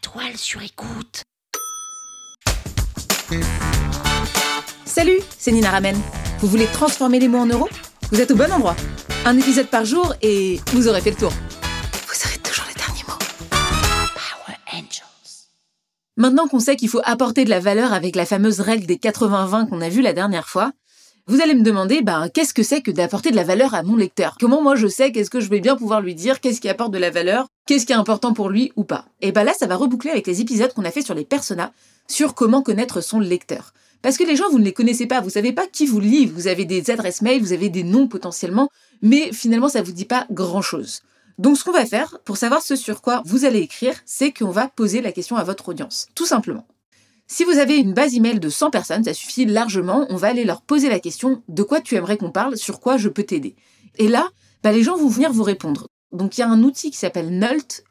toile sur écoute. Salut, c'est Nina Ramen. Vous voulez transformer les mots en euros ? Vous êtes au bon endroit. Un épisode par jour et vous aurez fait le tour. Vous aurez toujours les derniers mots. Power Angels. Maintenant qu'on sait qu'il faut apporter de la valeur avec la fameuse règle des 80-20 qu'on a vue la dernière fois, vous allez me demander, qu'est-ce que c'est que d'apporter de la valeur à mon lecteur ? Comment moi je sais qu'est-ce que je vais bien pouvoir lui dire, qu'est-ce qui apporte de la valeur, qu'est-ce qui est important pour lui ou pas ? Et là, ça va reboucler avec les épisodes qu'on a fait sur les personas, sur comment connaître son lecteur. Parce que les gens, vous ne les connaissez pas, vous savez pas qui vous lit, vous avez des adresses mail, vous avez des noms potentiellement, mais finalement ça vous dit pas grand-chose. Donc ce qu'on va faire, pour savoir ce sur quoi vous allez écrire, c'est qu'on va poser la question à votre audience, tout simplement. Si vous avez une base email de 100 personnes, ça suffit largement, on va aller leur poser la question « De quoi tu aimerais qu'on parle ? Sur quoi je peux t'aider ?» Et là, les gens vont venir vous répondre. Donc il y a un outil qui s'appelle Nolt,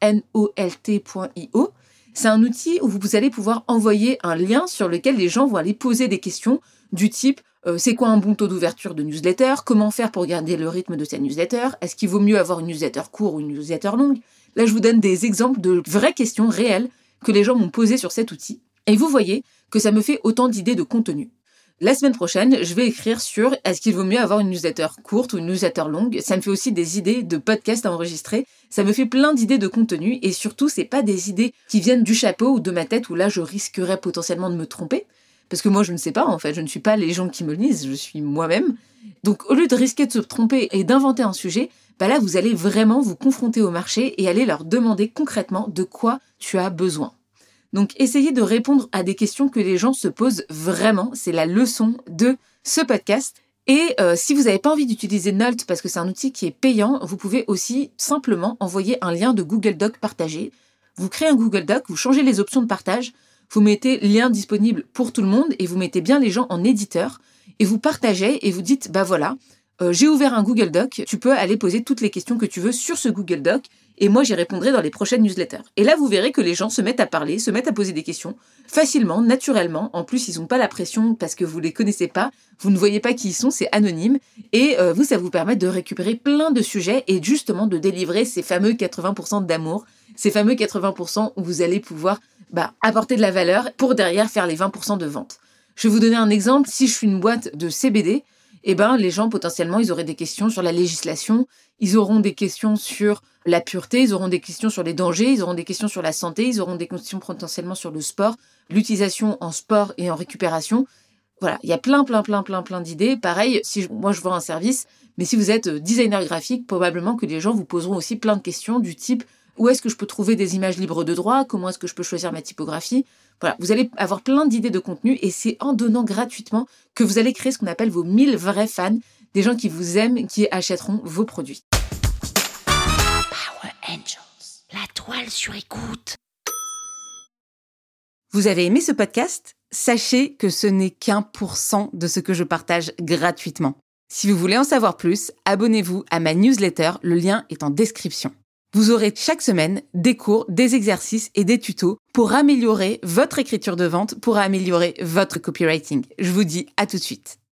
Nolt.io. C'est un outil où vous allez pouvoir envoyer un lien sur lequel les gens vont aller poser des questions du type c'est quoi un bon taux d'ouverture de newsletter ? Comment faire pour garder le rythme de sa newsletter ? Est-ce qu'il vaut mieux avoir une newsletter courte ou une newsletter longue ? Là, je vous donne des exemples de vraies questions réelles que les gens m'ont posées sur cet outil. Et vous voyez que ça me fait autant d'idées de contenu. La semaine prochaine, je vais écrire sur est-ce qu'il vaut mieux avoir une newsletter courte ou une newsletter longue. Ça me fait aussi des idées de podcasts à enregistrer. Ça me fait plein d'idées de contenu et surtout, c'est pas des idées qui viennent du chapeau ou de ma tête où là, je risquerais potentiellement de me tromper. Parce que moi, je ne sais pas, en fait. Je ne suis pas les gens qui me lisent, je suis moi-même. Donc, au lieu de risquer de se tromper et d'inventer un sujet, là, vous allez vraiment vous confronter au marché et aller leur demander concrètement de quoi tu as besoin. Donc, essayez de répondre à des questions que les gens se posent vraiment. C'est la leçon de ce podcast. Et si vous n'avez pas envie d'utiliser Nolt parce que c'est un outil qui est payant, vous pouvez aussi simplement envoyer un lien de Google Doc partagé. Vous créez un Google Doc, vous changez les options de partage, vous mettez lien disponible pour tout le monde et vous mettez bien les gens en éditeur et vous partagez et vous dites, j'ai ouvert un Google Doc, tu peux aller poser toutes les questions que tu veux sur ce Google Doc et moi j'y répondrai dans les prochaines newsletters. Et là vous verrez que les gens se mettent à parler, se mettent à poser des questions facilement, naturellement. En plus ils n'ont pas la pression parce que vous les connaissez pas, vous ne voyez pas qui ils sont, c'est anonyme et ça vous permet de récupérer plein de sujets et justement de délivrer ces fameux 80% d'amour, ces fameux 80% où vous allez pouvoir apporter de la valeur pour derrière faire les 20% de vente. Je vais vous donner un exemple, si je suis une boîte de CBD, les gens, potentiellement, ils auraient des questions sur la législation, ils auront des questions sur la pureté, ils auront des questions sur les dangers, ils auront des questions sur la santé, ils auront des questions potentiellement sur le sport, l'utilisation en sport et en récupération. Voilà, il y a plein d'idées. Pareil, moi je vends un service, mais si vous êtes designer graphique, probablement que les gens vous poseront aussi plein de questions du type où est-ce que je peux trouver des images libres de droit, comment est-ce que je peux choisir ma typographie. Voilà, vous allez avoir plein d'idées de contenu et c'est en donnant gratuitement que vous allez créer ce qu'on appelle vos 1000 vrais fans, des gens qui vous aiment, qui achèteront vos produits. Power Angels. La toile sur écoute. Vous avez aimé ce podcast ? Sachez que ce n'est qu'1% de ce que je partage gratuitement. Si vous voulez en savoir plus, abonnez-vous à ma newsletter, le lien est en description. Vous aurez chaque semaine des cours, des exercices et des tutos pour améliorer votre écriture de vente, pour améliorer votre copywriting. Je vous dis à tout de suite.